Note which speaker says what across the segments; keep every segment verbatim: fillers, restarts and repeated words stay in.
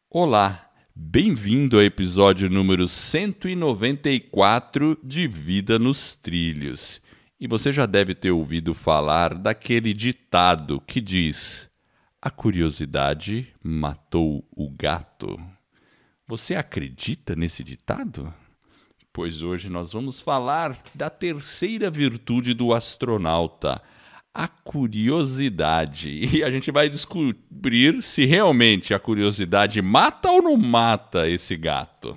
Speaker 1: Olá, bem-vindo ao episódio número cento e noventa e quatro de Vida nos Trilhos. E você já deve ter ouvido falar daquele ditado que diz: a curiosidade matou o gato. Você acredita nesse ditado? Pois hoje nós vamos falar da terceira virtude do astronauta, a curiosidade. E a gente vai descobrir se realmente a curiosidade mata ou não mata esse gato.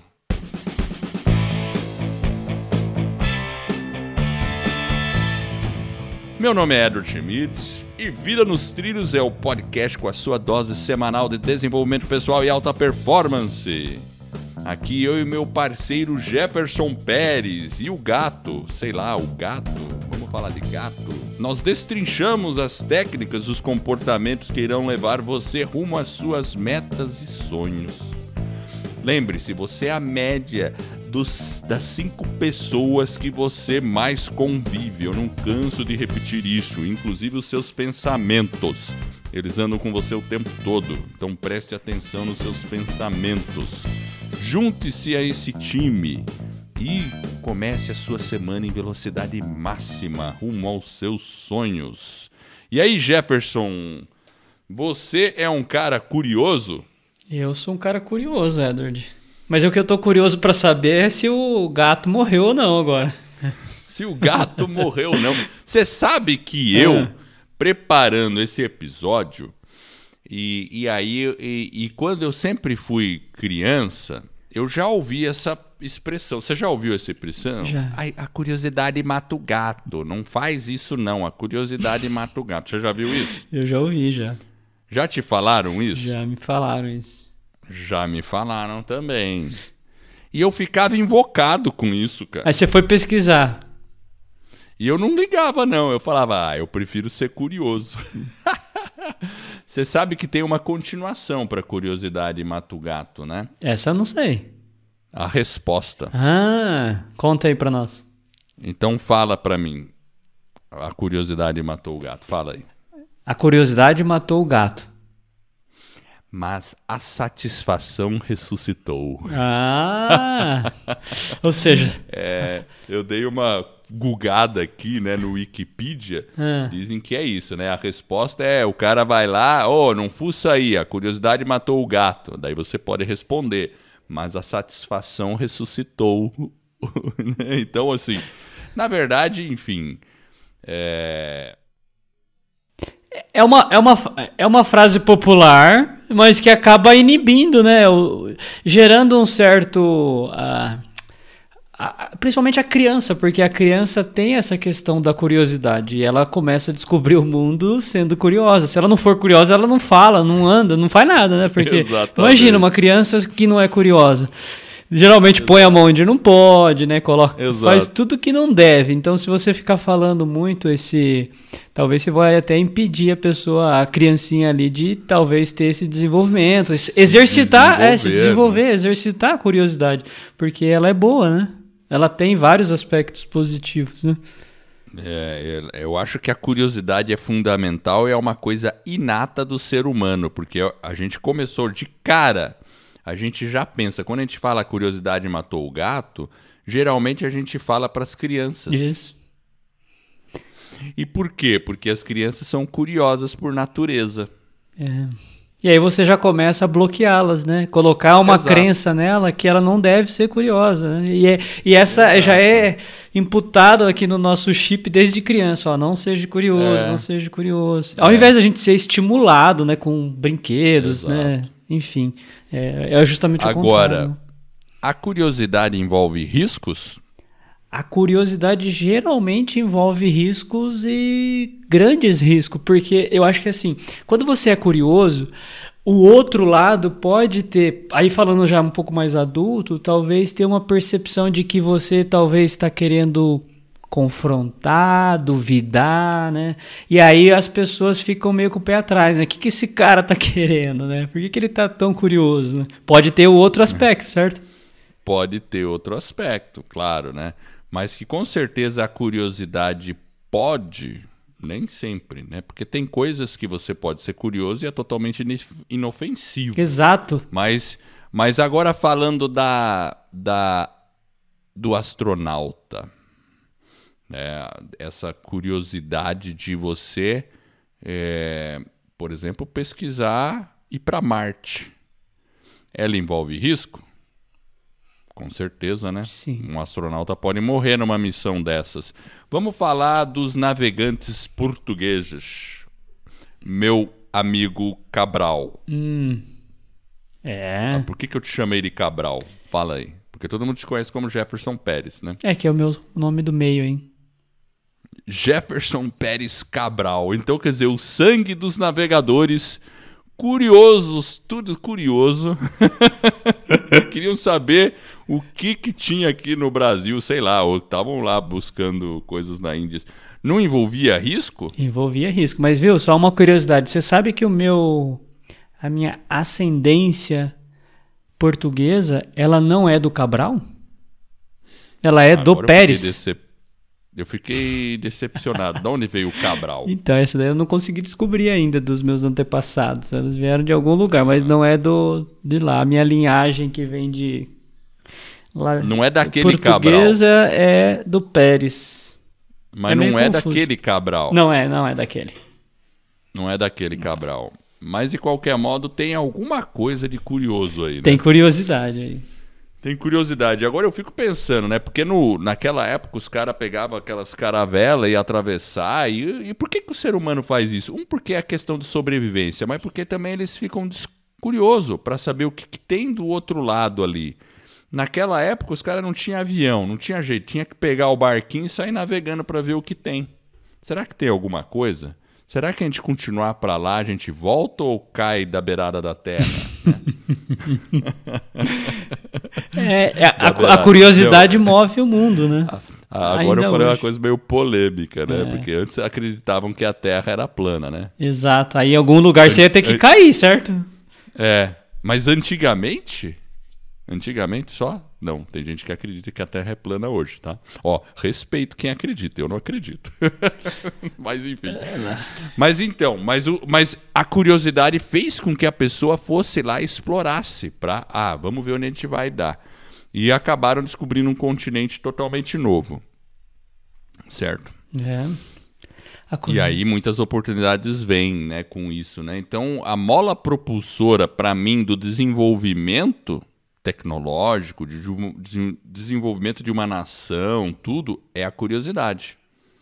Speaker 1: Meu nome é Edward Schmitz e Vida nos Trilhos é o podcast com a sua dose semanal de desenvolvimento pessoal e alta performance. Aqui eu e meu parceiro Jefferson Pérez e o gato, sei lá, o gato, vamos falar de gato. Nós destrinchamos as técnicas, os comportamentos que irão levar você rumo às suas metas e sonhos. Lembre-se, você é a média dos, das cinco pessoas que você mais convive. Eu não canso de repetir isso, inclusive os seus pensamentos. Eles andam com você o tempo todo, então preste atenção nos seus pensamentos. Junte-se a esse time e comece a sua semana em velocidade máxima, rumo aos seus sonhos. E aí, Jefferson, você é um cara curioso?
Speaker 2: Eu sou um cara curioso, Edward. Mas o que eu tô curioso para saber é se o gato morreu ou não agora.
Speaker 1: Se o gato morreu ou não. Você sabe que eu, é. preparando esse episódio, e, e aí, e, e quando eu sempre fui criança, eu já ouvi essa expressão. Você já ouviu essa expressão?
Speaker 2: Já.
Speaker 1: A, a curiosidade mata o gato. Não faz isso não, a curiosidade mata o gato. Você já viu isso?
Speaker 2: Eu já ouvi, já.
Speaker 1: Já te falaram isso?
Speaker 2: Já me falaram isso.
Speaker 1: Já me falaram também. E eu ficava invocado com isso, cara.
Speaker 2: Aí você foi pesquisar.
Speaker 1: E eu não ligava, não. Eu falava, ah, eu prefiro ser curioso. Você sabe que tem uma continuação para curiosidade mata o gato, né?
Speaker 2: Essa eu não sei.
Speaker 1: A resposta.
Speaker 2: Ah, conta aí pra nós.
Speaker 1: Então fala pra mim. A curiosidade matou o gato. Fala aí.
Speaker 2: A curiosidade matou o gato.
Speaker 1: Mas a satisfação ressuscitou.
Speaker 2: Ah! Ou seja...
Speaker 1: É, eu dei uma gugada aqui, né, no Wikipedia.
Speaker 2: Ah.
Speaker 1: Dizem que é isso, né? A resposta é, o cara vai lá, ô, oh, não fuça aí, a curiosidade matou o gato. Daí você pode responder, mas a satisfação ressuscitou. Então, assim, na verdade, enfim... É...
Speaker 2: É uma, é, uma, é uma frase popular, mas que acaba inibindo, né? O, gerando um certo... Uh, a, principalmente a criança, porque a criança tem essa questão da curiosidade. E ela começa a descobrir o mundo sendo curiosa. Se ela não for curiosa, ela não fala, não anda, não faz nada, né? Porque
Speaker 1: Exatamente.
Speaker 2: Imagina uma criança que não é curiosa. Geralmente Exato. Põe a mão onde não pode, né? Coloca,
Speaker 1: Exato.
Speaker 2: Faz tudo que não deve. Então, se você ficar falando muito esse... Talvez você vai até impedir a pessoa, a criancinha ali, de talvez ter esse desenvolvimento. Exercitar, é, se desenvolver, exercitar a curiosidade. Porque ela é boa, né? Ela tem vários aspectos positivos, né?
Speaker 1: É, eu acho que a curiosidade é fundamental e é uma coisa inata do ser humano. Porque a gente começou de cara... A gente já pensa, quando a gente fala a curiosidade matou o gato, geralmente a gente fala para as crianças.
Speaker 2: Isso.
Speaker 1: E por quê? Porque as crianças são curiosas por natureza.
Speaker 2: É. E aí você já começa a bloqueá-las, né? Colocar uma
Speaker 1: Exato.
Speaker 2: Crença nela que ela não deve ser curiosa. Né? E, é, e essa Exato. Já é imputada aqui no nosso chip desde criança. Ó, não seja curioso, é. não seja curioso. Ao é. invés da gente ser estimulado, né, com brinquedos, Exato. Né? Enfim, é, é justamente o
Speaker 1: Agora,
Speaker 2: contrário.
Speaker 1: A curiosidade envolve riscos?
Speaker 2: A curiosidade geralmente envolve riscos e grandes riscos, porque eu acho que assim, quando você é curioso, o outro lado pode ter, aí falando já um pouco mais adulto, talvez ter uma percepção de que você talvez está querendo confrontar, duvidar, né? E aí as pessoas ficam meio com o pé atrás, né? O que, que esse cara tá querendo, né? Por que, que ele tá tão curioso, né? Pode ter o outro aspecto, certo?
Speaker 1: Pode ter outro aspecto, claro, né? Mas que com certeza a curiosidade pode Nem sempre, né? Porque tem coisas que você pode ser curioso e é totalmente inofensivo.
Speaker 2: Exato.
Speaker 1: Mas, mas agora falando da, da, do astronauta, né? Essa curiosidade de você, é, por exemplo, pesquisar e ir para Marte. Ela envolve risco? Com certeza, né?
Speaker 2: Sim.
Speaker 1: Um astronauta pode morrer numa missão dessas. Vamos falar dos navegantes portugueses. Meu amigo Cabral.
Speaker 2: Hum. É.
Speaker 1: Ah, por que, que eu te chamei de Cabral? Fala aí. Porque todo mundo te conhece como Jefferson Pérez, né?
Speaker 2: É que é o meu nome do meio, hein?
Speaker 1: Jefferson Pérez Cabral. Então, quer dizer, o sangue dos navegadores curiosos, tudo curioso. Queriam saber o que que tinha aqui no Brasil, sei lá, ou estavam lá buscando coisas na Índia. Não envolvia risco?
Speaker 2: Envolvia risco, mas viu, só uma curiosidade, você sabe que o meu, a minha ascendência portuguesa, ela não é do Cabral? Ela é
Speaker 1: Agora
Speaker 2: do
Speaker 1: eu
Speaker 2: Pérez.
Speaker 1: Fiquei decep... Eu fiquei decepcionado. De onde veio o Cabral?
Speaker 2: Então, essa daí eu não consegui descobrir ainda dos meus antepassados. Elas vieram de algum lugar, mas não é do de lá. A minha linhagem que vem de... Lá,
Speaker 1: não é daquele
Speaker 2: portuguesa
Speaker 1: Cabral.
Speaker 2: É do Pérez.
Speaker 1: Mas
Speaker 2: é
Speaker 1: não é
Speaker 2: confuso.
Speaker 1: daquele Cabral.
Speaker 2: Não é, não é daquele.
Speaker 1: Não é daquele Cabral. Mas, de qualquer modo, tem alguma coisa de curioso aí, né?
Speaker 2: Tem curiosidade aí.
Speaker 1: Tem curiosidade. Agora eu fico pensando, né? Porque no, naquela época os caras pegavam aquelas caravelas e ia atravessar. E, e por que, que o ser humano faz isso? Um, porque é a questão de sobrevivência, mas porque também eles ficam curiosos para saber o que, que tem do outro lado ali. Naquela época os caras não tinham avião, não tinha jeito. Tinha que pegar o barquinho e sair navegando para ver o que tem. Será que tem alguma coisa? Será que a gente continuar para lá, a gente volta ou cai da beirada da terra?
Speaker 2: É, é a, a curiosidade move o mundo, né?
Speaker 1: Ah, agora
Speaker 2: Ainda
Speaker 1: eu falei
Speaker 2: hoje.
Speaker 1: uma coisa meio polêmica, né?
Speaker 2: É.
Speaker 1: Porque antes acreditavam que a Terra era plana, né?
Speaker 2: Exato. Aí em algum lugar você ia ter que cair, certo?
Speaker 1: É, mas antigamente... Antigamente só? Não, tem gente que acredita que a Terra é plana hoje, tá? Ó, respeito quem acredita, eu não acredito. Mas enfim.
Speaker 2: É,
Speaker 1: mas então, mas, o, mas a curiosidade fez com que a pessoa fosse lá e explorasse pra, ah, vamos ver onde a gente vai dar. E acabaram descobrindo um continente totalmente novo. Certo?
Speaker 2: É.
Speaker 1: E aí muitas oportunidades vêm, né, com isso, né? Então, a mola propulsora, para mim, do desenvolvimento tecnológico, de, de desenvolvimento de uma nação, tudo, é a curiosidade.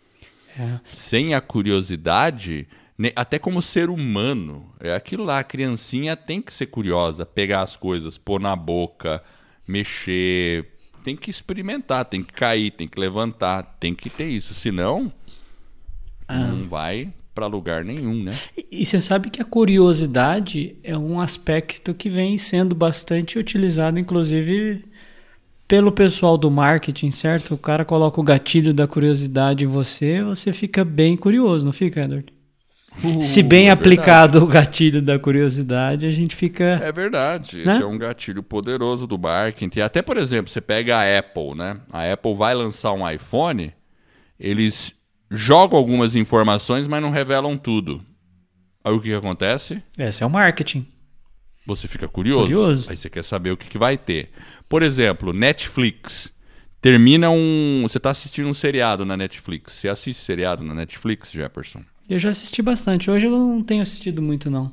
Speaker 2: É.
Speaker 1: Sem a curiosidade, até como ser humano, é aquilo lá, a criancinha tem que ser curiosa, pegar as coisas, pôr na boca, mexer, tem que experimentar, tem que cair, tem que levantar, tem que ter isso, senão ah. não vai para lugar nenhum, né?
Speaker 2: E, e você sabe que a curiosidade é um aspecto que vem sendo bastante utilizado, inclusive pelo pessoal do marketing, certo? O cara coloca o gatilho da curiosidade em você, você fica bem curioso, não fica, Edward? Uh, Se bem é aplicado verdade. O gatilho da curiosidade, a gente fica...
Speaker 1: É verdade,
Speaker 2: né?
Speaker 1: Esse é um gatilho poderoso do marketing. Até, por exemplo, você pega a Apple, né? A Apple vai lançar um iPhone, eles jogam algumas informações, mas não revelam tudo. Aí o que, que acontece?
Speaker 2: Esse é o marketing.
Speaker 1: Você fica curioso.
Speaker 2: Curioso.
Speaker 1: Aí você quer saber o que, que vai ter. Por exemplo, Netflix. Termina um... Você está assistindo um seriado na Netflix. Você assiste seriado na Netflix, Jefferson?
Speaker 2: Eu já assisti bastante. Hoje eu não tenho assistido muito, não.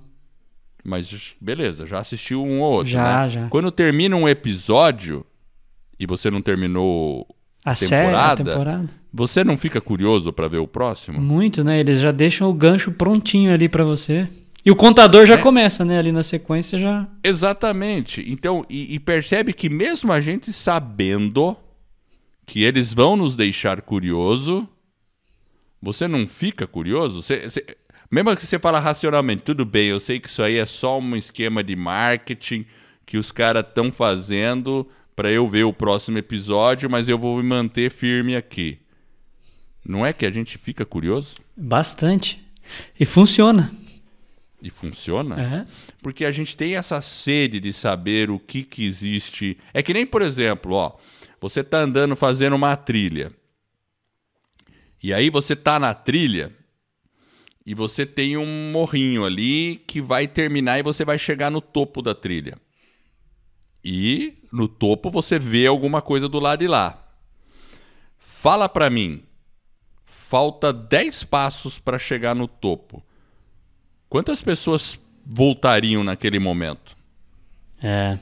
Speaker 1: Mas beleza, já assistiu um ou outro,
Speaker 2: já,
Speaker 1: né?
Speaker 2: Já,
Speaker 1: Quando termina um episódio e você não terminou
Speaker 2: a
Speaker 1: temporada,
Speaker 2: série, a temporada,
Speaker 1: você não fica curioso para ver o próximo?
Speaker 2: Muito, né? Eles já deixam o gancho prontinho ali para você. E o contador já é. começa, né? Ali na sequência já...
Speaker 1: Exatamente. Então, e, e percebe que mesmo a gente sabendo que eles vão nos deixar curioso, você não fica curioso? Você, você, mesmo que você fala racionalmente, tudo bem, eu sei que isso aí é só um esquema de marketing que os caras estão fazendo para eu ver o próximo episódio, mas eu vou me manter firme aqui. Não é que a gente fica curioso?
Speaker 2: Bastante. E funciona.
Speaker 1: E funciona?
Speaker 2: Uhum.
Speaker 1: Porque a gente tem essa sede de saber o que, que existe. É que nem, por exemplo, ó, você tá andando fazendo uma trilha. E aí você tá na trilha e você tem um morrinho ali que vai terminar e você vai chegar no topo da trilha. E no topo você vê alguma coisa do lado de lá. Fala pra mim, falta dez passos para chegar no topo. Quantas pessoas voltariam naquele momento?
Speaker 2: É.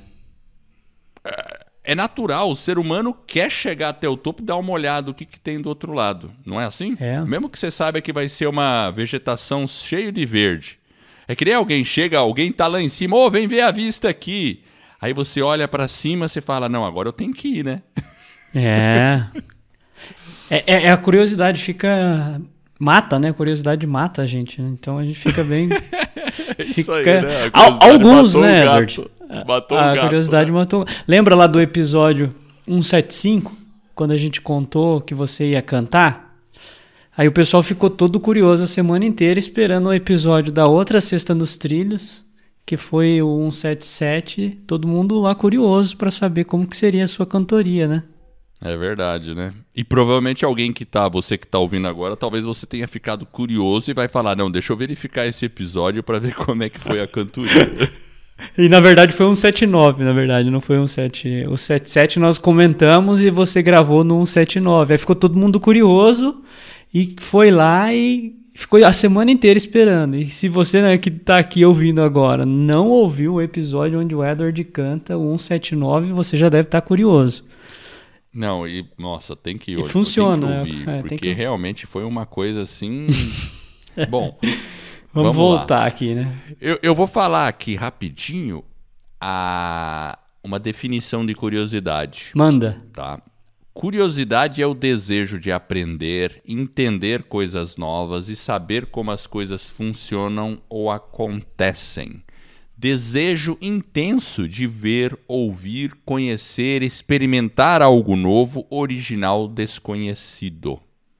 Speaker 1: É natural, o ser humano quer chegar até o topo e dar uma olhada no que, que tem do outro lado. Não é assim?
Speaker 2: É.
Speaker 1: Mesmo que você saiba que vai ser uma vegetação cheia de verde. É que nem alguém chega, alguém tá lá em cima, ô, oh, vem ver a vista aqui. Aí você olha pra cima e você fala, não, agora eu tenho que ir, né?
Speaker 2: É. é, é a curiosidade fica... Mata, né? A curiosidade mata a gente, né? Então a gente fica bem...
Speaker 1: Isso
Speaker 2: fica...
Speaker 1: aí, né?
Speaker 2: Alguns, né, Edward?
Speaker 1: Matou
Speaker 2: a
Speaker 1: um gato,
Speaker 2: curiosidade
Speaker 1: né?
Speaker 2: matou. Lembra lá do episódio cento e setenta e cinco, quando a gente contou que você ia cantar? Aí o pessoal ficou todo curioso a semana inteira esperando o episódio da outra Sexta nos Trilhos, que foi o cento e setenta e sete, todo mundo lá curioso para saber como que seria a sua cantoria, né?
Speaker 1: É verdade, né? E provavelmente alguém que tá, você que tá ouvindo agora, talvez você tenha ficado curioso e vai falar, não, deixa eu verificar esse episódio para ver como é que foi a cantoria.
Speaker 2: E na verdade foi um setenta e nove, na verdade, não foi um sete. O setenta e sete nós comentamos e você gravou no setenta e nove. Aí ficou todo mundo curioso e foi lá e ficou a semana inteira esperando. E se você, né, que tá aqui ouvindo agora não ouviu o episódio onde o Edward canta o cento e setenta e nove, você já deve estar curioso.
Speaker 1: Não, e nossa, tem que ir
Speaker 2: e
Speaker 1: hoje.
Speaker 2: funciona,
Speaker 1: tem que ouvir,
Speaker 2: é,
Speaker 1: porque
Speaker 2: que...
Speaker 1: realmente foi uma coisa assim... Bom...
Speaker 2: Vamos,
Speaker 1: Vamos
Speaker 2: voltar
Speaker 1: lá.
Speaker 2: aqui, né?
Speaker 1: Eu, eu vou falar aqui rapidinho a, uma definição de curiosidade.
Speaker 2: Manda.
Speaker 1: Tá? Curiosidade é o desejo de aprender, entender coisas novas e saber como as coisas funcionam ou acontecem. Desejo intenso de ver, ouvir, conhecer, experimentar algo novo, original, desconhecido.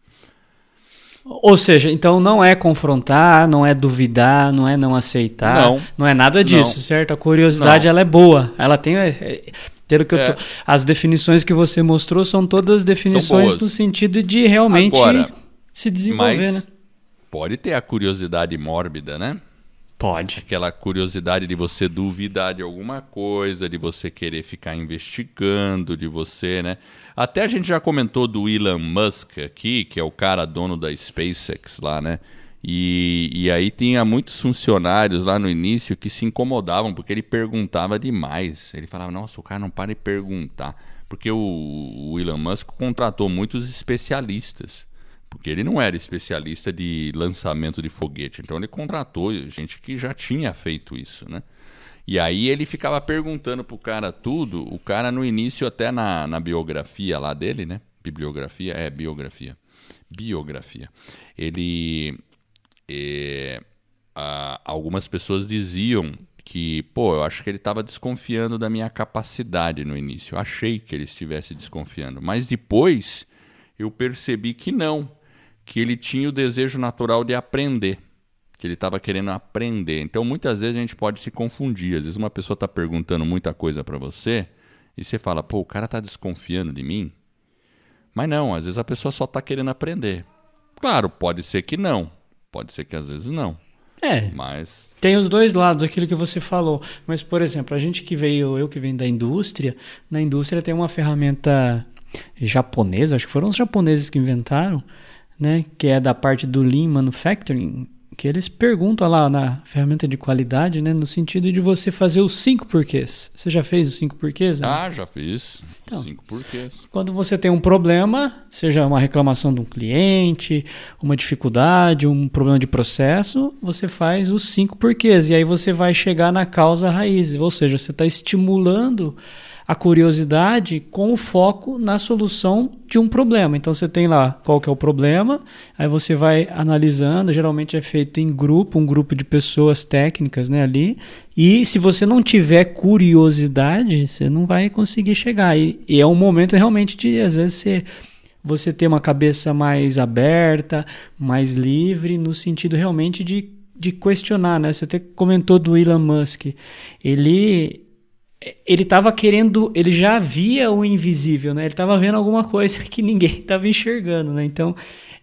Speaker 2: Ou seja, então não é confrontar, não é duvidar, não é não aceitar,
Speaker 1: não,
Speaker 2: não é nada disso,
Speaker 1: não.
Speaker 2: certo? A curiosidade,
Speaker 1: não.
Speaker 2: ela é boa, ela tem... É, pelo que
Speaker 1: é.
Speaker 2: eu tô, as definições que você mostrou são todas definições no sentido de realmente
Speaker 1: Agora,
Speaker 2: se desenvolver,
Speaker 1: mas
Speaker 2: né?
Speaker 1: Pode ter a curiosidade mórbida, né?
Speaker 2: Pode.
Speaker 1: Aquela curiosidade de você duvidar de alguma coisa, de você querer ficar investigando, de você, né? Até a gente já comentou do Elon Musk aqui, que é o cara dono da SpaceX lá, né? E, e aí tinha muitos funcionários lá no início que se incomodavam, porque ele perguntava demais. Ele falava, nossa, o cara não para de perguntar. Porque o, o Elon Musk contratou muitos especialistas. Porque ele não era especialista de lançamento de foguete, então ele contratou gente que já tinha feito isso, né? E aí ele ficava perguntando pro cara tudo, o cara no início até na, na biografia lá dele, né? Bibliografia, é, biografia. Biografia. Ele... É, a, algumas pessoas diziam que, pô, eu acho que ele estava desconfiando da minha capacidade no início. Eu achei que ele estivesse desconfiando, mas depois eu percebi que não. Que ele tinha o desejo natural de aprender, que ele estava querendo aprender. Então, muitas vezes a gente pode se confundir. Às vezes uma pessoa está perguntando muita coisa para você e você fala, pô, o cara está desconfiando de mim? Mas não, às vezes a pessoa só está querendo aprender. Claro, pode ser que não. Pode ser que às vezes não.
Speaker 2: É,
Speaker 1: mas...
Speaker 2: tem os dois lados, aquilo que você falou. Mas, por exemplo, a gente que veio, eu que venho da indústria, na indústria tem uma ferramenta japonesa, acho que foram os japoneses que inventaram, né, que é da parte do Lean Manufacturing, que eles perguntam lá na ferramenta de qualidade, né, no sentido de você fazer os cinco porquês. Você já fez os cinco porquês? Né?
Speaker 1: Ah, já fiz.
Speaker 2: Então,
Speaker 1: cinco porquês.
Speaker 2: Quando você tem um problema, seja uma reclamação de um cliente, uma dificuldade, um problema de processo, você faz os cinco porquês. E aí você vai chegar na causa raiz. Ou seja, você está estimulando a curiosidade com o foco na solução de um problema. Então você tem lá qual que é o problema, aí você vai analisando, geralmente é feito em grupo, um grupo de pessoas técnicas, né, ali, e se você não tiver curiosidade, você não vai conseguir chegar. E, e é um momento realmente de, às vezes, você, você ter uma cabeça mais aberta, mais livre, no sentido realmente de, de questionar, né? Você até comentou do Elon Musk. Ele... ele estava querendo, ele já via o invisível, né? Ele estava vendo alguma coisa que ninguém estava enxergando, né? Então,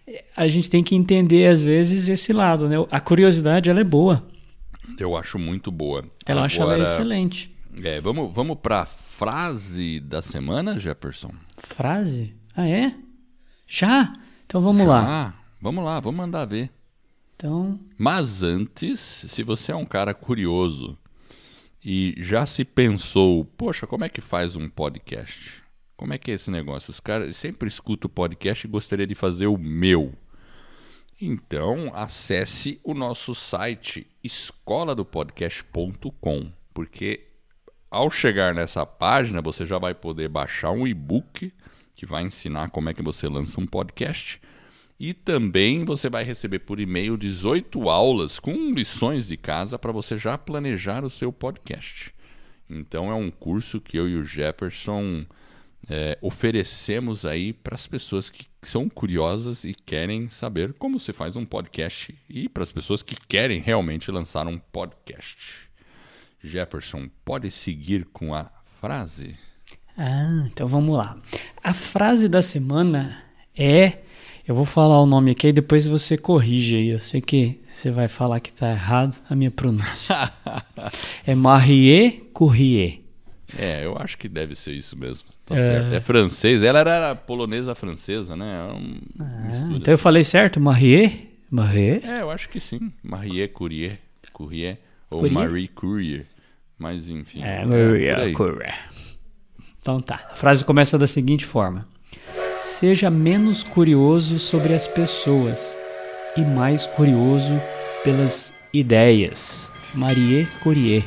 Speaker 2: a gente tem que entender, às vezes, esse lado, né? A curiosidade, ela é boa.
Speaker 1: Eu acho muito boa.
Speaker 2: Ela acha ela excelente.
Speaker 1: É, vamos, vamos para frase da semana, Jefferson?
Speaker 2: Frase? Ah, é? Já? Então vamos
Speaker 1: Já?
Speaker 2: lá.
Speaker 1: Vamos lá, vamos mandar ver.
Speaker 2: Então...
Speaker 1: Mas antes, se você é um cara curioso e já se pensou, poxa, como é que faz um podcast? Como é que é esse negócio? Os caras sempre escutam o podcast e gostaria de fazer o meu. Então, acesse o nosso site escola do podcast ponto com, porque ao chegar nessa página, você já vai poder baixar um e-book que vai ensinar como é que você lança um podcast. E também você vai receber por e-mail dezoito aulas com lições de casa para você já planejar o seu podcast. Então é um curso que eu e o Jefferson é, oferecemos aí para as pessoas que são curiosas e querem saber como se faz um podcast e para as pessoas que querem realmente lançar um podcast. Jefferson, pode seguir com a frase?
Speaker 2: Ah, então vamos lá. A frase da semana é... Eu vou falar o nome aqui e depois você corrige aí. Eu sei que você vai falar que está errado a minha pronúncia. É Marie Curie.
Speaker 1: É, eu acho que deve ser isso mesmo. Tá é... certo. É francês. Ela era polonesa francesa, né? É um
Speaker 2: ah, então assim. Eu falei certo? Marie? Marie?
Speaker 1: É, eu acho que sim. Marie Curie. Curie. Ou
Speaker 2: Curie?
Speaker 1: Marie Curie. Mas enfim.
Speaker 2: É, Marie é Curie. Então tá. A frase começa da seguinte forma. Seja menos curioso sobre as pessoas e mais curioso pelas ideias. Marie Curie.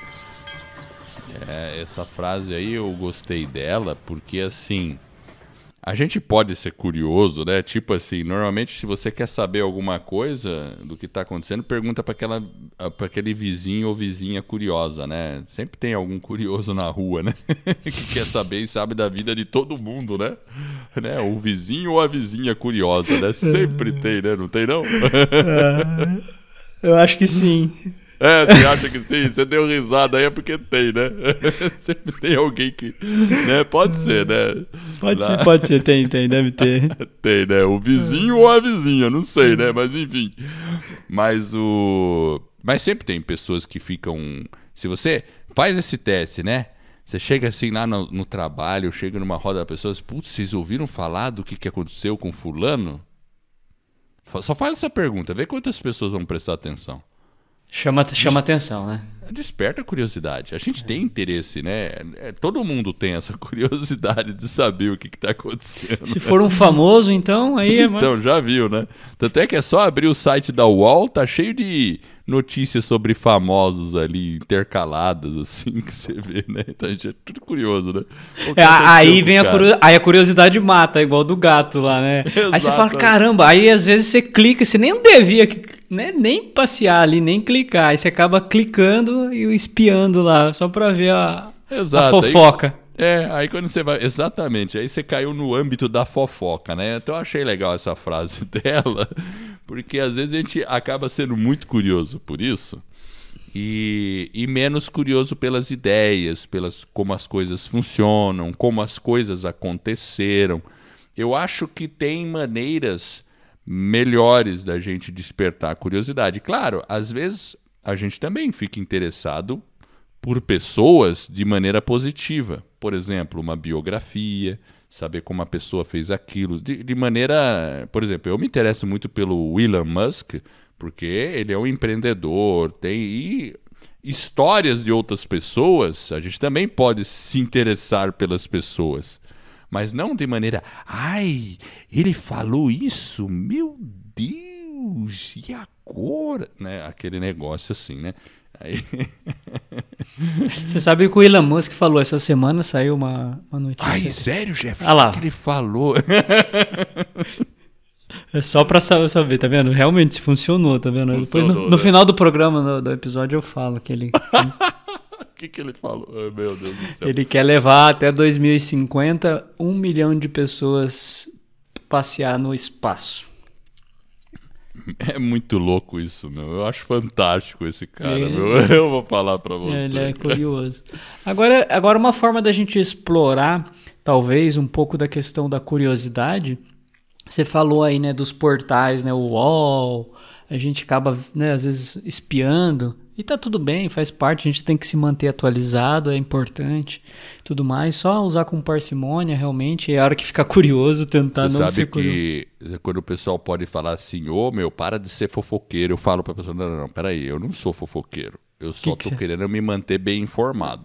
Speaker 1: É, essa frase aí eu gostei dela porque, assim, a gente pode ser curioso, né? Tipo assim, normalmente se você quer saber alguma coisa do que está acontecendo, pergunta para aquela, para aquele vizinho ou vizinha curiosa, né? Sempre tem algum curioso na rua, né? Que quer saber e sabe da vida de todo mundo, né? né? O vizinho ou a vizinha curiosa, né? Sempre tem, né? Não tem, não?
Speaker 2: Ah, eu acho que sim.
Speaker 1: É, você acha que sim? Você deu risada aí é porque tem, né? Sempre tem alguém que... né? Pode ser, né?
Speaker 2: Pode Lá... ser, pode ser. Tem, tem, deve ter.
Speaker 1: Tem, né? O vizinho ou a vizinha, não sei, né? Mas enfim. Mas o... Mas sempre tem pessoas que ficam... Se você faz esse teste, né? Você chega assim lá no, no trabalho, chega numa roda de pessoas, putz, vocês ouviram falar do que, que aconteceu com fulano? Só faz essa pergunta, vê quantas pessoas vão prestar atenção.
Speaker 2: Chama, chama Des... atenção, né?
Speaker 1: Desperta a curiosidade. A gente é. tem interesse, né? É, todo mundo tem essa curiosidade de saber o que está acontecendo.
Speaker 2: Se for um famoso, então, aí é...
Speaker 1: Então, já viu, né? Tanto é que é só abrir o site da U O L, tá cheio de notícias sobre famosos ali, intercaladas, assim, que você vê, né? Então a gente é tudo curioso, né?
Speaker 2: É, aí vem a, curio... aí a curiosidade mata, igual do gato lá, né? Exato. Aí você fala, caramba, aí às vezes você clica, você nem devia né? nem passear ali, nem clicar, aí você acaba clicando e espiando lá, só pra ver a, a fofoca.
Speaker 1: Aí, é, aí quando você vai... Exatamente, aí você caiu no âmbito da fofoca, né? Então eu achei legal essa frase dela, porque às vezes a gente acaba sendo muito curioso por isso e, e menos curioso pelas ideias, pelas como as coisas funcionam, como as coisas aconteceram. Eu acho que tem maneiras melhores da gente despertar a curiosidade. Claro, às vezes a gente também fica interessado por pessoas de maneira positiva. Por exemplo, uma biografia, saber como a pessoa fez aquilo. De, de maneira... Por exemplo, eu me interesso muito pelo Elon Musk, porque ele é um empreendedor, tem... E histórias de outras pessoas, a gente também pode se interessar pelas pessoas. Mas não de maneira... Ai, ele falou isso? Meu Deus! E agora? Né? Aquele negócio assim, né? Aí...
Speaker 2: Você sabe que o Elon Musk falou essa semana, saiu uma, uma notícia.
Speaker 1: Ai, sério, Jeff?
Speaker 2: Ah lá.
Speaker 1: O que ele falou?
Speaker 2: É só pra saber, tá vendo? Realmente se funcionou, tá vendo? Funcionou, Depois no, no né? final do programa, no, do episódio, eu falo que ele...
Speaker 1: O que, que ele falou? Oh, meu Deus do céu.
Speaker 2: Ele quer levar até dois mil e cinquenta um milhão de pessoas passear no espaço.
Speaker 1: É muito louco isso, meu. Eu acho fantástico esse cara, é... meu. Eu vou falar pra você.
Speaker 2: Ele é curioso. Agora, agora, uma forma da gente explorar, talvez, um pouco da questão da curiosidade Você falou aí, né, dos portais, né, o U O L, a gente acaba, né, às vezes espiando, e tá tudo bem, faz parte, a gente tem que se manter atualizado, é importante, tudo mais, só usar com parcimônia, realmente, é a hora que ficar curioso, tentar
Speaker 1: Você
Speaker 2: não
Speaker 1: sabe
Speaker 2: ser
Speaker 1: que curioso. Quando o pessoal pode falar assim, ô oh, meu, para de ser fofoqueiro, eu falo pra pessoa, não, não, não, peraí, eu não sou fofoqueiro, eu só
Speaker 2: que
Speaker 1: tô
Speaker 2: que
Speaker 1: querendo me manter bem informado.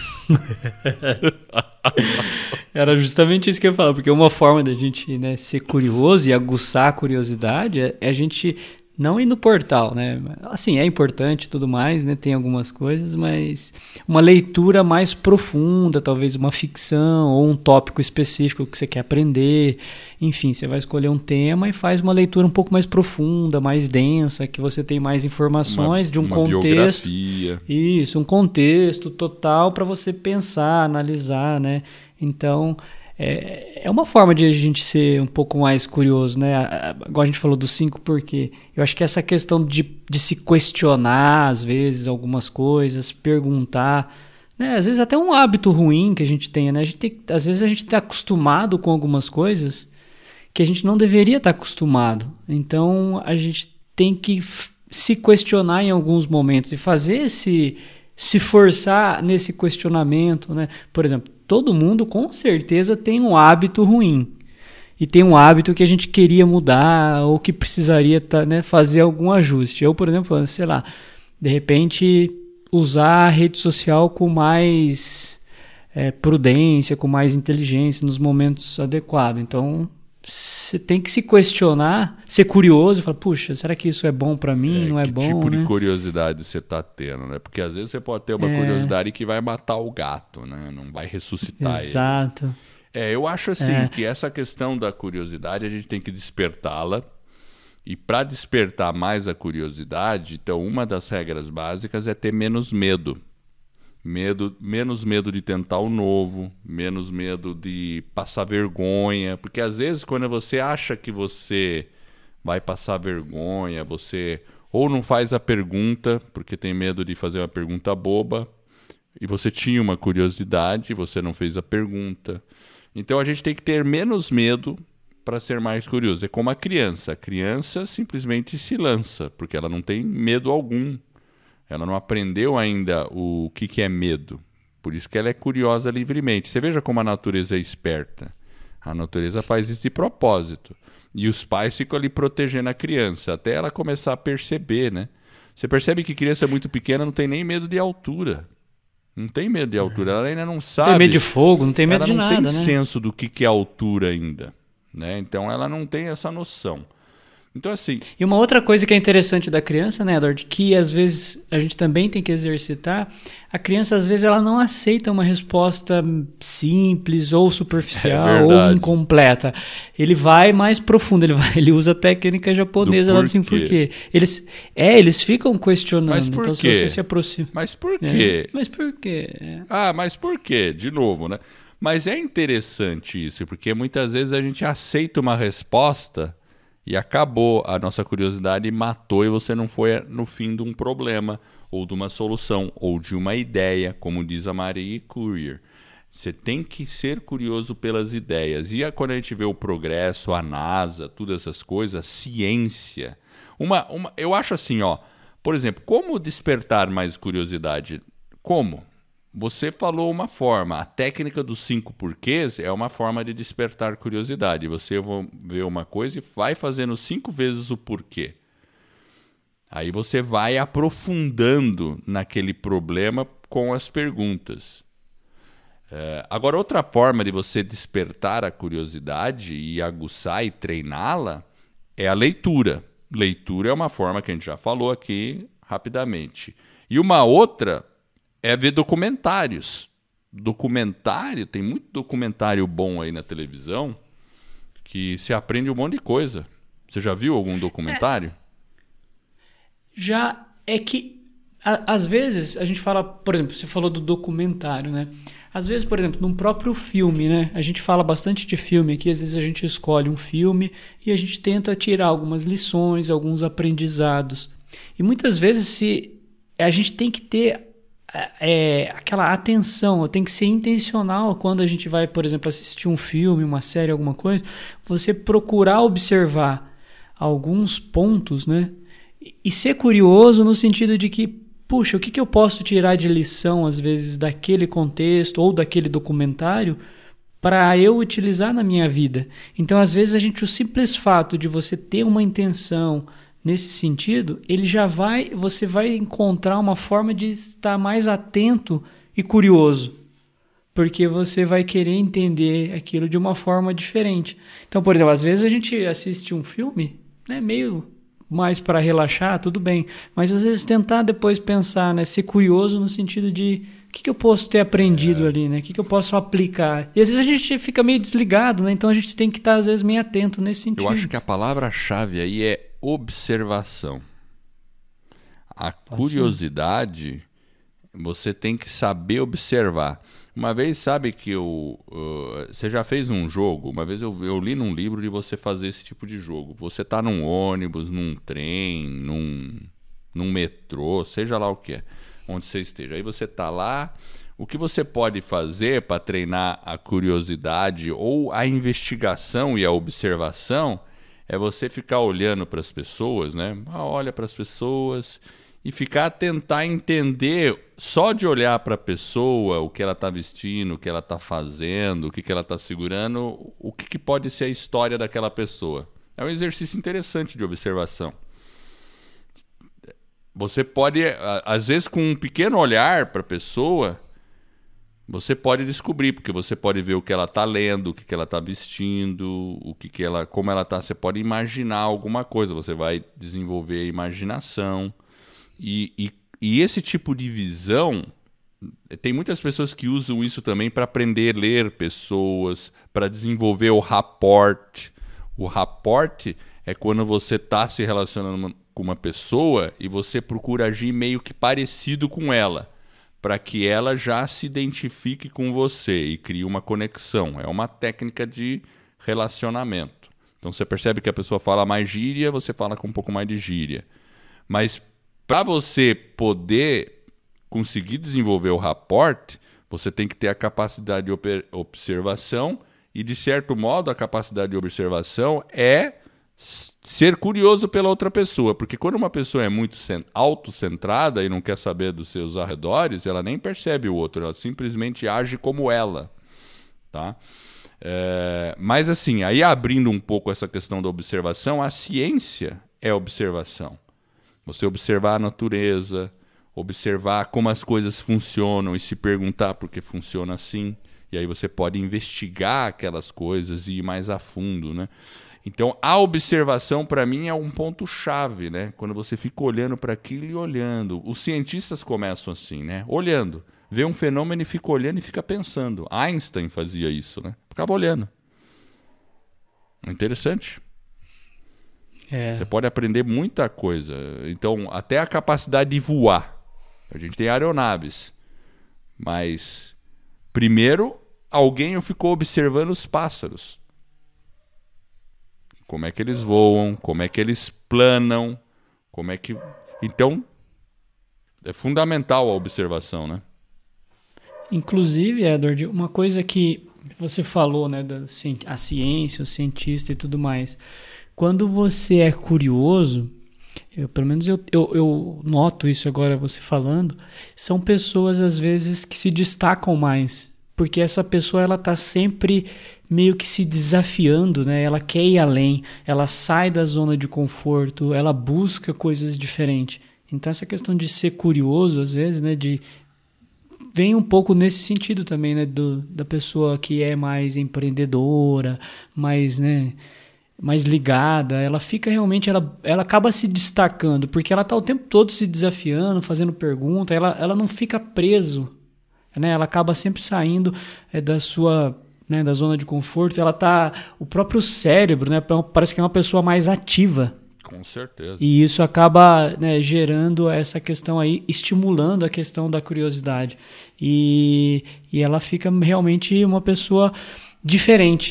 Speaker 2: Era justamente isso que eu ia falar, porque uma forma da gente, né, ser curioso e aguçar a curiosidade é, é a gente não ir no portal, né? Assim, é importante e tudo mais, né? Tem algumas coisas, mas uma leitura mais profunda, talvez uma ficção ou um tópico específico que você quer aprender. Enfim, você vai escolher um tema e faz uma leitura um pouco mais profunda, mais densa, que você tem mais informações
Speaker 1: uma,
Speaker 2: de um
Speaker 1: uma
Speaker 2: contexto.
Speaker 1: Biografia.
Speaker 2: Isso, um contexto total para você pensar, analisar, né? Então, é, é uma forma de a gente ser um pouco mais curioso, né? Agora a gente falou dos cinco porquê. Eu acho que essa questão de, de se questionar, às vezes, algumas coisas, perguntar, né? Às vezes até um hábito ruim que a gente tenha, né? A gente tem, às vezes a gente está acostumado com algumas coisas que a gente não deveria estar acostumado. Então, a gente tem que f- se questionar em alguns momentos e fazer esse... se forçar nesse questionamento, né? Por exemplo, todo mundo com certeza tem um hábito ruim e tem um hábito que a gente queria mudar ou que precisaria tá, né, fazer algum ajuste. Eu, por exemplo, sei lá, de repente usar a rede social com mais é, prudência, com mais inteligência nos momentos adequados. Então, você tem que se questionar, ser curioso, falar, puxa, será que isso é bom pra mim?
Speaker 1: É,
Speaker 2: não é
Speaker 1: que
Speaker 2: bom,
Speaker 1: tipo
Speaker 2: né?
Speaker 1: de curiosidade você tá tendo, né? Porque às vezes você pode ter uma
Speaker 2: É.
Speaker 1: curiosidade que vai matar o gato, né? Não vai ressuscitar ele.
Speaker 2: Exato.
Speaker 1: É, eu acho assim
Speaker 2: É.
Speaker 1: que essa questão da curiosidade a gente tem que despertá-la. E para despertar mais a curiosidade, então uma das regras básicas é ter menos medo. Medo, menos medo de tentar o novo, menos medo de passar vergonha, porque às vezes quando você acha que você vai passar vergonha, você ou não faz a pergunta, porque tem medo de fazer uma pergunta boba, e você tinha uma curiosidade, você não fez a pergunta. Então a gente tem que ter menos medo para ser mais curioso. É como a criança, a criança simplesmente se lança, porque ela não tem medo algum. Ela não aprendeu ainda o que, que é medo. Por isso que ela é curiosa livremente. Você veja como a natureza é esperta. A natureza faz isso de propósito. E os pais ficam ali protegendo a criança, até ela começar a perceber, né? Você percebe que criança muito pequena não tem nem medo de altura. Não tem medo de altura. Ela ainda não sabe.
Speaker 2: Não tem medo de fogo, não tem medo
Speaker 1: ela
Speaker 2: de
Speaker 1: não
Speaker 2: nada,
Speaker 1: tem
Speaker 2: né?
Speaker 1: senso do que, que é altura ainda. Né? Então ela não tem essa noção. Então, assim.
Speaker 2: E uma outra coisa que é interessante da criança, né, Edward, que às vezes a gente também tem que exercitar, a criança às vezes ela não aceita uma resposta simples ou superficial
Speaker 1: É
Speaker 2: ou
Speaker 1: verdade.
Speaker 2: incompleta. Ele vai mais profundo, ele, vai, ele usa a técnica japonesa,
Speaker 1: Do
Speaker 2: ela assim, por quê? Eles, é, eles ficam questionando.
Speaker 1: Mas por
Speaker 2: então,
Speaker 1: quê?
Speaker 2: se você se aproxima.
Speaker 1: Mas por
Speaker 2: É,
Speaker 1: quê?
Speaker 2: mas por quê? É.
Speaker 1: Ah, mas por quê? De novo, né? Mas é interessante isso, porque muitas vezes a gente aceita uma resposta e acabou, a nossa curiosidade matou e você não foi no fim de um problema, ou de uma solução, ou de uma ideia, como diz a Marie Curie. Você tem que ser curioso pelas ideias. E quando a gente vê o progresso, a NASA, todas essas coisas, a ciência... Uma, uma, eu acho assim, ó, por exemplo, como despertar mais curiosidade? Como? Você falou uma forma, a técnica dos cinco porquês é uma forma de despertar curiosidade. Você vai ver uma coisa e vai fazendo cinco vezes o porquê. Aí você vai aprofundando naquele problema com as perguntas. É, agora, outra forma de você despertar a curiosidade e aguçar e treiná-la é a leitura. Leitura é uma forma que a gente já falou aqui rapidamente. E uma outra... é ver documentários. Documentário, tem muito documentário bom aí na televisão que se aprende um monte de coisa. Você já viu algum documentário?
Speaker 2: É, já é que, a, às vezes, a gente fala, por exemplo, você falou do documentário, né? Às vezes, por exemplo, num próprio filme, né? A gente fala bastante de filme aqui, às vezes a gente escolhe um filme e a gente tenta tirar algumas lições, alguns aprendizados. E muitas vezes se a gente tem que ter é, aquela atenção, tem que ser intencional quando a gente vai, por exemplo, assistir um filme, uma série, alguma coisa, você procurar observar alguns pontos, né? E ser curioso no sentido de que, puxa, o que, que eu posso tirar de lição, às vezes, daquele contexto ou daquele documentário para eu utilizar na minha vida. Então, às vezes, a gente, o simples fato de você ter uma intenção nesse sentido, ele já vai, você vai encontrar uma forma de estar mais atento e curioso, porque você vai querer entender aquilo de uma forma diferente. Então, por exemplo, às vezes a gente assiste um filme, né, meio mais para relaxar, tudo bem, mas às vezes tentar depois pensar, né, ser curioso no sentido de o que, que eu posso ter aprendido é. ali, né? O que, que eu posso aplicar? E às vezes a gente fica meio desligado, né? Então a gente tem que estar, às vezes, meio atento nesse sentido.
Speaker 1: Eu acho que a palavra-chave aí é observação. A Pode curiosidade, ser. Você tem que saber observar. Uma vez, sabe que eu, uh, você já fez um jogo? Uma vez eu, eu li num livro de você fazer esse tipo de jogo. Você está num ônibus, num trem, num, num metrô, seja lá o que é, onde você esteja. Aí você está lá. O que você pode fazer para treinar a curiosidade ou a investigação e a observação é você ficar olhando para as pessoas, né? Olha para as pessoas e ficar a tentar entender, só de olhar para a pessoa, o que ela está vestindo, o que ela está fazendo, o que, que ela está segurando, o que, que pode ser a história daquela pessoa. É um exercício interessante de observação. Você pode, às vezes, com um pequeno olhar para a pessoa, você pode descobrir, porque você pode ver o que ela está lendo, o que, que ela está vestindo, o que, que ela, como ela está. Você pode imaginar alguma coisa, você vai desenvolver a imaginação. E, e, e esse tipo de visão, tem muitas pessoas que usam isso também para aprender a ler pessoas, para desenvolver o rapport. O rapport é quando você está se relacionando com uma pessoa e você procura agir meio que parecido com ela, para que ela já se identifique com você e crie uma conexão. É uma técnica de relacionamento. Então você percebe que a pessoa fala mais gíria, você fala com um pouco mais de gíria. Mas para você poder conseguir desenvolver o rapport, você tem que ter a capacidade de observação e, de certo modo, a capacidade de observação é ser curioso pela outra pessoa, porque quando uma pessoa é muito autocentrada e não quer saber dos seus arredores, ela nem percebe o outro, ela simplesmente age como ela, tá? É, mas assim, aí abrindo um pouco essa questão da observação, a ciência é observação. Você observar a natureza, observar como as coisas funcionam e se perguntar por que funciona assim, e aí você pode investigar aquelas coisas e ir mais a fundo, né? Então, a observação, para mim, é um ponto-chave, né? Quando você fica olhando para aquilo e olhando. Os cientistas começam assim, né? Olhando. Vê um fenômeno e fica olhando e fica pensando. Einstein fazia isso, né? Ficava olhando. Interessante. É. Você pode aprender muita coisa. Então, até a capacidade de voar. A gente tem aeronaves. Mas, primeiro, alguém ficou observando os pássaros. Como é que eles voam, como é que eles planam, como é que... Então, é fundamental a observação, né?
Speaker 2: Inclusive, Edward, uma coisa que você falou, né, da a ciência, o cientista e tudo mais. Quando você é curioso, eu, pelo menos eu, eu, eu noto isso agora você falando, são pessoas, às vezes, que se destacam mais. Porque essa pessoa, ela está sempre meio que se desafiando, né? Ela quer ir além, ela sai da zona de conforto, ela busca coisas diferentes. Então essa questão de ser curioso, às vezes, né? De... vem um pouco nesse sentido também, né? Do, da pessoa que é mais empreendedora, mais, né? mais ligada, ela fica realmente, ela, ela acaba se destacando, porque ela está o tempo todo se desafiando, fazendo pergunta, ela, ela não fica preso, né? Ela acaba sempre saindo é, da sua, né, da zona de conforto. Ela tá, o próprio cérebro, né, parece que é uma pessoa mais ativa.
Speaker 1: Com certeza.
Speaker 2: E isso acaba, né, gerando essa questão aí, estimulando a questão da curiosidade. E, e ela fica realmente uma pessoa diferente,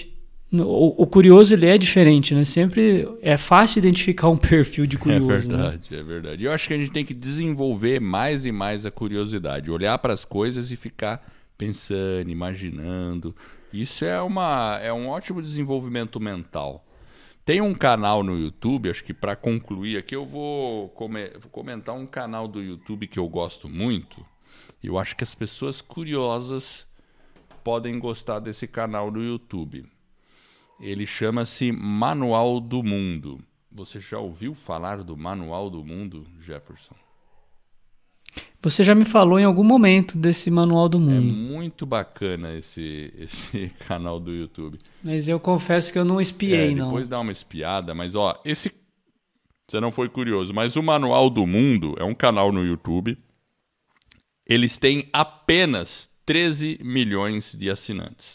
Speaker 2: O, o curioso, ele é diferente, né? Sempre é fácil identificar um perfil de curioso.
Speaker 1: É verdade,
Speaker 2: né?
Speaker 1: é verdade. Eu acho que a gente tem que desenvolver mais e mais a curiosidade. Olhar para as coisas e ficar pensando, imaginando. Isso é, uma, é um ótimo desenvolvimento mental. Tem um canal no YouTube, acho que para concluir aqui, eu vou, come- vou comentar um canal do YouTube que eu gosto muito. Eu acho que as pessoas curiosas podem gostar desse canal no YouTube. Ele chama-se Manual do Mundo. Você já ouviu falar do Manual do Mundo, Jefferson?
Speaker 2: Você já me falou em algum momento desse Manual do
Speaker 1: É
Speaker 2: Mundo.
Speaker 1: muito bacana esse, esse canal do YouTube.
Speaker 2: Mas eu confesso que eu não espiei,
Speaker 1: É,
Speaker 2: não.
Speaker 1: depois dá uma espiada, mas ó, esse... Você não foi curioso, mas o Manual do Mundo é um canal no YouTube. Eles têm apenas treze milhões de assinantes.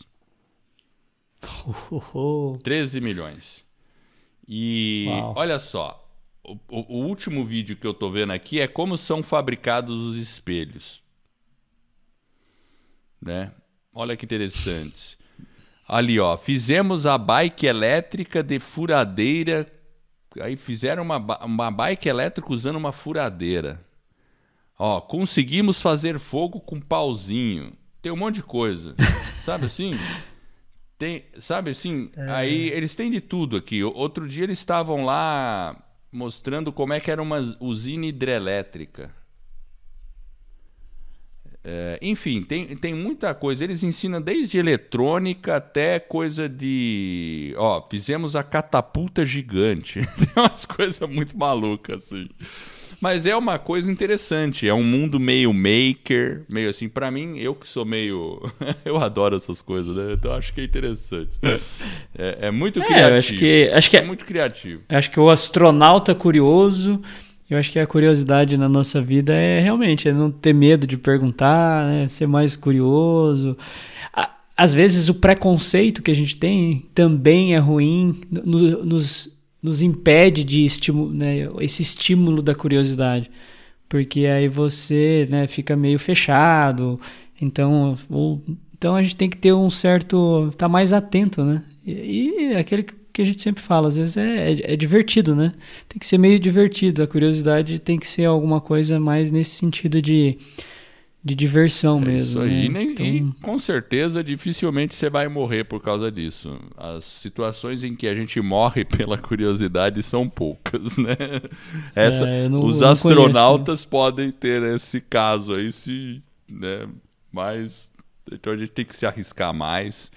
Speaker 1: treze milhões. E
Speaker 2: Uau.
Speaker 1: olha só, o, o, o último vídeo que eu tô vendo aqui é como são fabricados os espelhos. Né? Olha que interessante. Ali, ó, fizemos a bike elétrica de furadeira. Aí fizeram uma, uma bike elétrica usando uma furadeira. Ó, conseguimos fazer fogo com pauzinho. Tem um monte de coisa. Sabe assim? Tem, sabe assim, é. Aí eles têm de tudo aqui. Outro dia eles estavam lá mostrando como é que era uma usina hidrelétrica. É, enfim, tem, tem muita coisa. Eles ensinam desde eletrônica até coisa de... Ó, fizemos a catapulta gigante. Tem umas coisas muito malucas, assim. Mas é uma coisa interessante. É um mundo meio maker, meio assim. Pra mim, eu que sou meio... eu adoro essas coisas, né? Então acho que é interessante. É, é muito
Speaker 2: é,
Speaker 1: criativo.
Speaker 2: Eu acho que, acho que
Speaker 1: é, é muito criativo.
Speaker 2: Acho que o astronauta curioso... Eu acho que a curiosidade na nossa vida é realmente é não ter medo de perguntar, né? Ser mais curioso. Às vezes o preconceito que a gente tem também é ruim, nos, nos impede de estimular, né? Esse estímulo da curiosidade. Porque aí você, né, fica meio fechado. Então, ou, então a gente tem que ter um certo... Tá mais atento, né? E, e aquele que a gente sempre fala, às vezes é, é, é divertido, né? Tem que ser meio divertido. A curiosidade tem que ser alguma coisa mais nesse sentido de, de diversão
Speaker 1: é
Speaker 2: mesmo.
Speaker 1: Isso aí.
Speaker 2: Né?
Speaker 1: E, nem,
Speaker 2: então...
Speaker 1: e com certeza dificilmente você vai morrer por causa disso. As situações em que a gente morre pela curiosidade são poucas, né? Essa,
Speaker 2: é, não,
Speaker 1: os astronautas conheço, né? podem ter esse caso aí, se, né? Mas então a gente tem que se arriscar mais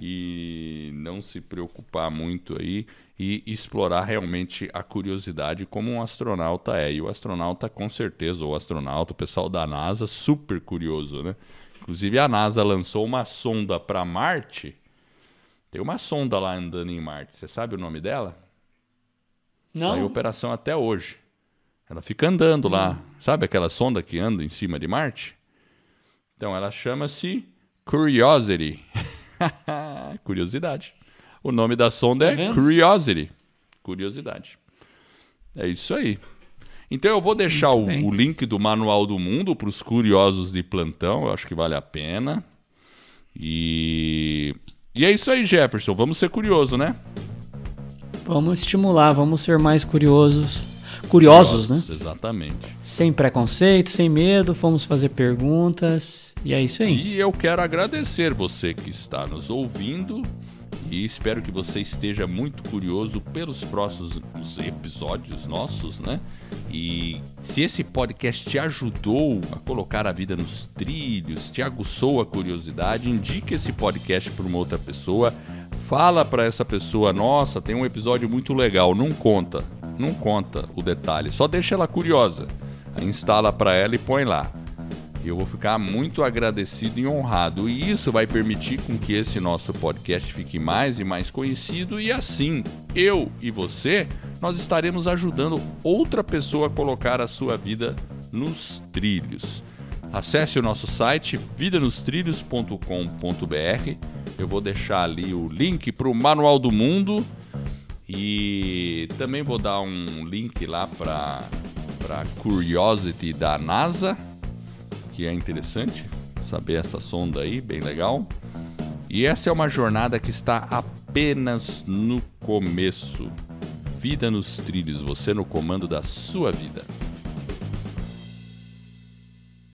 Speaker 1: e não se preocupar muito aí e explorar realmente a curiosidade como um astronauta é. E o astronauta, com certeza, o astronauta, o pessoal da NASA, super curioso, né? Inclusive a NASA lançou uma sonda para Marte. Tem uma sonda lá andando em Marte. Você sabe o nome dela?
Speaker 2: Não.
Speaker 1: Está em operação até hoje. Ela fica andando hum. lá. Sabe aquela sonda que anda em cima de Marte? Então ela chama-se Curiosity. Curiosidade. O nome da sonda tá é vendo? Curiosity. Curiosidade. É isso aí. Então eu vou deixar o, o link do Manual do Mundo para os curiosos de plantão. Eu acho que vale a pena. E... e é isso aí, Jefferson. Vamos ser curiosos, né?
Speaker 2: Vamos estimular, vamos ser mais curiosos. Curiosos, curiosos,
Speaker 1: né? Exatamente.
Speaker 2: Sem preconceito, sem medo, vamos fazer perguntas. E é isso aí.
Speaker 1: E eu quero agradecer você que está nos ouvindo e espero que você esteja muito curioso pelos próximos episódios nossos, né? E se esse podcast te ajudou a colocar a vida nos trilhos, te aguçou a curiosidade, indique esse podcast para uma outra pessoa. Fala para essa pessoa, nossa, tem um episódio muito legal, não conta, não conta o detalhe, só deixa ela curiosa. Aí instala para ela e põe lá. Eu vou ficar muito agradecido e honrado. E isso vai permitir com que esse nosso podcast fique mais e mais conhecido. E assim, eu e você, nós estaremos ajudando outra pessoa a colocar a sua vida nos trilhos. Acesse o nosso site vida nos trilhos ponto com ponto b r. Eu vou deixar ali o link para o Manual do Mundo. E também vou dar um link lá para a Curiosity da NASA, que é interessante saber essa sonda aí, bem legal. E essa é uma jornada que está apenas no começo. Vida nos trilhos, você no comando da sua vida.